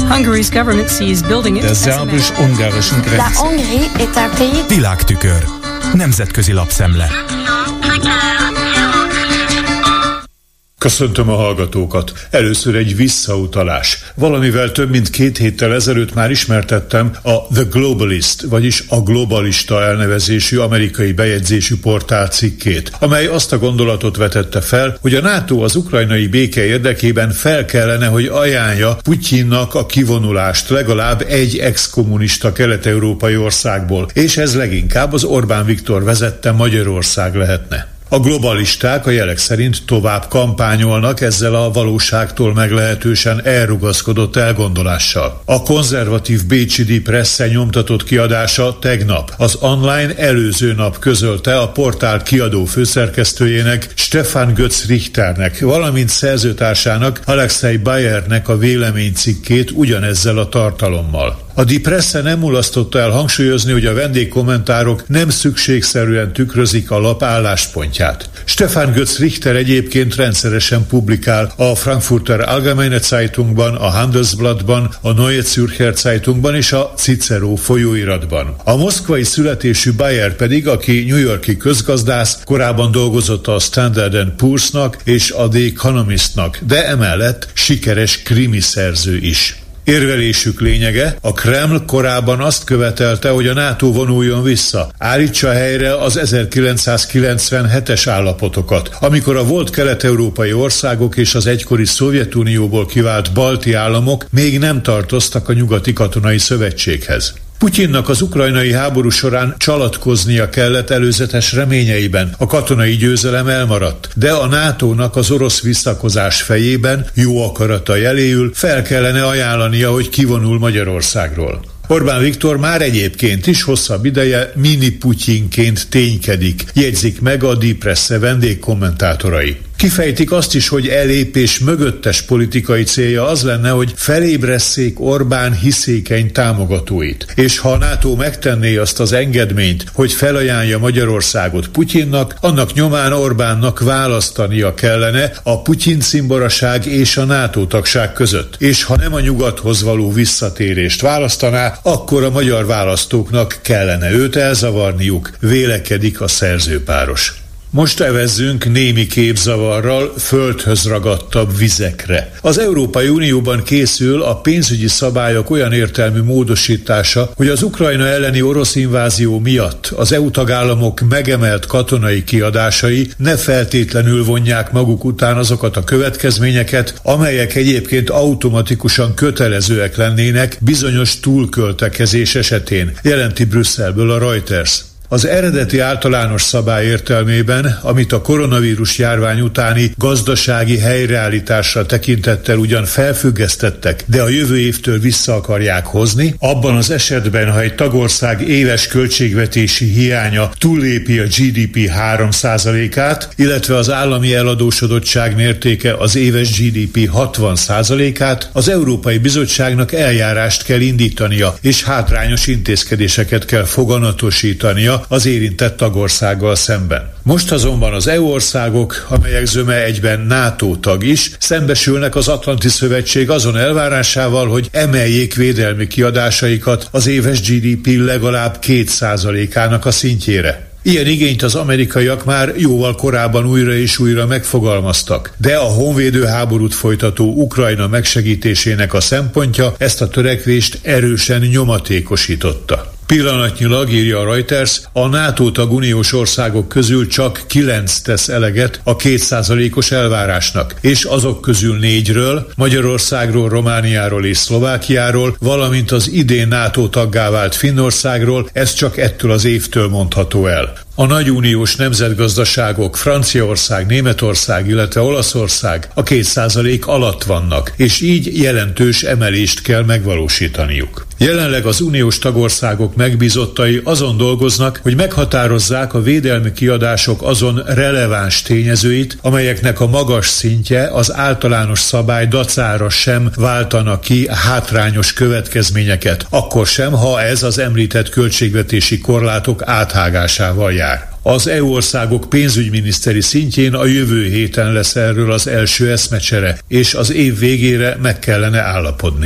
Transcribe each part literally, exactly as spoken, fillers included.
Der szerbus-ungarischen Grenze. Világtükör. Nemzetközi lapszemle. Köszöntöm a hallgatókat. Először egy visszautalás. Valamivel több mint két héttel ezelőtt már ismertettem a The Globalist, vagyis a Globalista elnevezésű amerikai bejegyzésű portál cikkét, amely azt a gondolatot vetette fel, hogy a NATO az ukrajnai béke érdekében fel kellene, hogy ajánlja Putyinnak a kivonulást legalább egy ex-kommunista kelet-európai országból, és ez leginkább az Orbán Viktor vezette Magyarország lehetne. A globalisták a jelek szerint tovább kampányolnak ezzel a valóságtól meglehetősen elrugaszkodott elgondolással. A konzervatív bécsi Die Presse nyomtatott kiadása tegnap az online előző nap közölte a portál kiadó főszerkesztőjének, Stefan Götz Richternek, valamint szerzőtársának, Alexei Bayernek a véleménycikkét ugyanezzel a tartalommal. A Die Presse nem mulasztotta el hangsúlyozni, hogy a vendégkommentárok nem szükségszerűen tükrözik a lap álláspontját. Stefan Götz Richter egyébként rendszeresen publikál a Frankfurter Allgemeine Zeitungban, a Handelsblattban, a Neue Zürcher Zeitungban és a Cicero folyóiratban. A moszkvai születésű Bayer pedig, aki New Yorki közgazdász, korábban dolgozott a Standard and Poor's-nak és a The Economist-nak, de emellett sikeres krimiszerző is. Érvelésük lényege, a Kreml korábban azt követelte, hogy a NATO vonuljon vissza, állítsa helyre az ezerkilencszázkilencvenhetes állapotokat, amikor a volt kelet-európai országok és az egykori Szovjetunióból kivált balti államok még nem tartoztak a nyugati katonai szövetséghez. Putyinnak az ukrajnai háború során csalatkoznia kellett előzetes reményeiben, a katonai győzelem elmaradt, de a nátónak az orosz visszakozás fejében, jó akarata jeléül fel kellene ajánlania, hogy kivonul Magyarországról. Orbán Viktor már egyébként is hosszabb ideje mini-Putyinként ténykedik, jegyzik meg a Die Presse vendégkommentátorai. Kifejtik azt is, hogy elép és mögöttes politikai célja az lenne, hogy felébresszék Orbán hiszékeny támogatóit. És ha a NATO megtenné azt az engedményt, hogy felajánlja Magyarországot Putyinnak, annak nyomán Orbánnak választania kellene a Putyin cimboraság és a NATO tagság között. És ha nem a nyugathoz való visszatérést választaná, akkor a magyar választóknak kellene őt elzavarniuk, vélekedik a szerzőpáros. Most evezzünk némi képzavarral földhöz ragadtabb vizekre. Az Európai Unióban készül a pénzügyi szabályok olyan értelmű módosítása, hogy az Ukrajna elleni orosz invázió miatt az é u tagállamok megemelt katonai kiadásai ne feltétlenül vonják maguk után azokat a következményeket, amelyek egyébként automatikusan kötelezőek lennének bizonyos túlköltekezés esetén, jelenti Brüsszelből a Reuters. Az eredeti általános szabály értelmében, amit a koronavírus járvány utáni gazdasági helyreállításra tekintettel ugyan felfüggesztettek, de a jövő évtől vissza akarják hozni, abban az esetben, ha egy tagország éves költségvetési hiánya túllépi a gé dé pé három százalékát, illetve az állami eladósodottság mértéke az éves gé dé pé hatvan százalékát, az Európai Bizottságnak eljárást kell indítania, és hátrányos intézkedéseket kell foganatosítania az érintett tagországgal szemben. Most azonban az é u országok, amelyek zöme egyben NATO tag is, szembesülnek az Atlanti Szövetség azon elvárásával, hogy emeljék védelmi kiadásaikat az éves gé dé pé legalább két százalékának a szintjére. Ilyen igényt az amerikaiak már jóval korábban újra és újra megfogalmaztak, de a honvédő háborút folytató Ukrajna megsegítésének a szempontja ezt a törekvést erősen nyomatékosította. Pillanatnyilag, írja a Reuters, a NATO tag uniós országok közül csak kilenc tesz eleget a két százalékos elvárásnak, és azok közül négyről, Magyarországról, Romániáról és Szlovákiáról, valamint az idén NATO taggá vált Finnországról, ez csak ettől az évtől mondható el. A nagy uniós nemzetgazdaságok Franciaország, Németország, illetve Olaszország a két százalék alatt vannak, és így jelentős emelést kell megvalósítaniuk. Jelenleg az uniós tagországok megbízottai azon dolgoznak, hogy meghatározzák a védelmi kiadások azon releváns tényezőit, amelyeknek a magas szintje az általános szabály dacára sem váltana ki hátrányos következményeket, akkor sem, ha ez az említett költségvetési korlátok áthágásával jár. Az é u országok pénzügyminiszteri szintjén a jövő héten lesz erről az első eszmecsere, és az év végére meg kellene állapodni.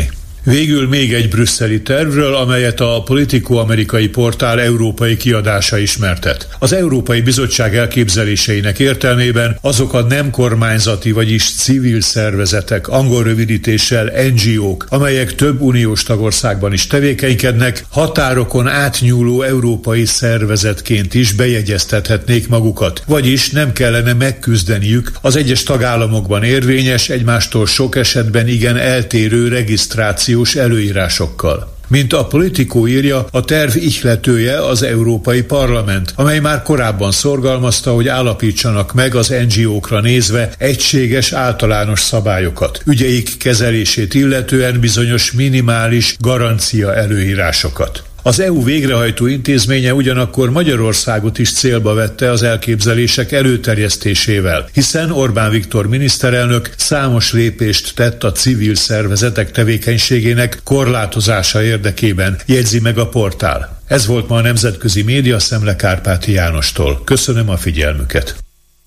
Végül még egy brüsszeli tervről, amelyet a Politico amerikai portál európai kiadása ismertet. Az Európai Bizottság elképzeléseinek értelmében azok a nem kormányzati, vagyis civil szervezetek, angol rövidítéssel en gé ók, amelyek több uniós tagországban is tevékenykednek, határokon átnyúló európai szervezetként is bejegyeztethetnék magukat, vagyis nem kellene megküzdeniük az egyes tagállamokban érvényes, egymástól sok esetben igen eltérő regisztrációs előírásokkal. Mint a Politico írja, a terv ihletője az Európai Parlament, amely már korábban szorgalmazta, hogy állapítsanak meg az en gé ókra nézve egységes általános szabályokat, ügyeik kezelését illetően bizonyos minimális garancia előírásokat. Az é u végrehajtó intézménye ugyanakkor Magyarországot is célba vette az elképzelések előterjesztésével, hiszen Orbán Viktor miniszterelnök számos lépést tett a civil szervezetek tevékenységének korlátozása érdekében, jegyzi meg a portál. Ez volt ma a Nemzetközi Média Szemle Kárpáti Jánostól. Köszönöm a figyelmüket.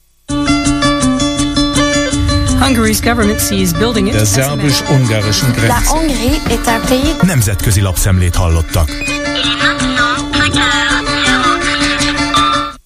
Der szerbus-ungarischen Grenze. Nemzetközi lapszemlét hallottak.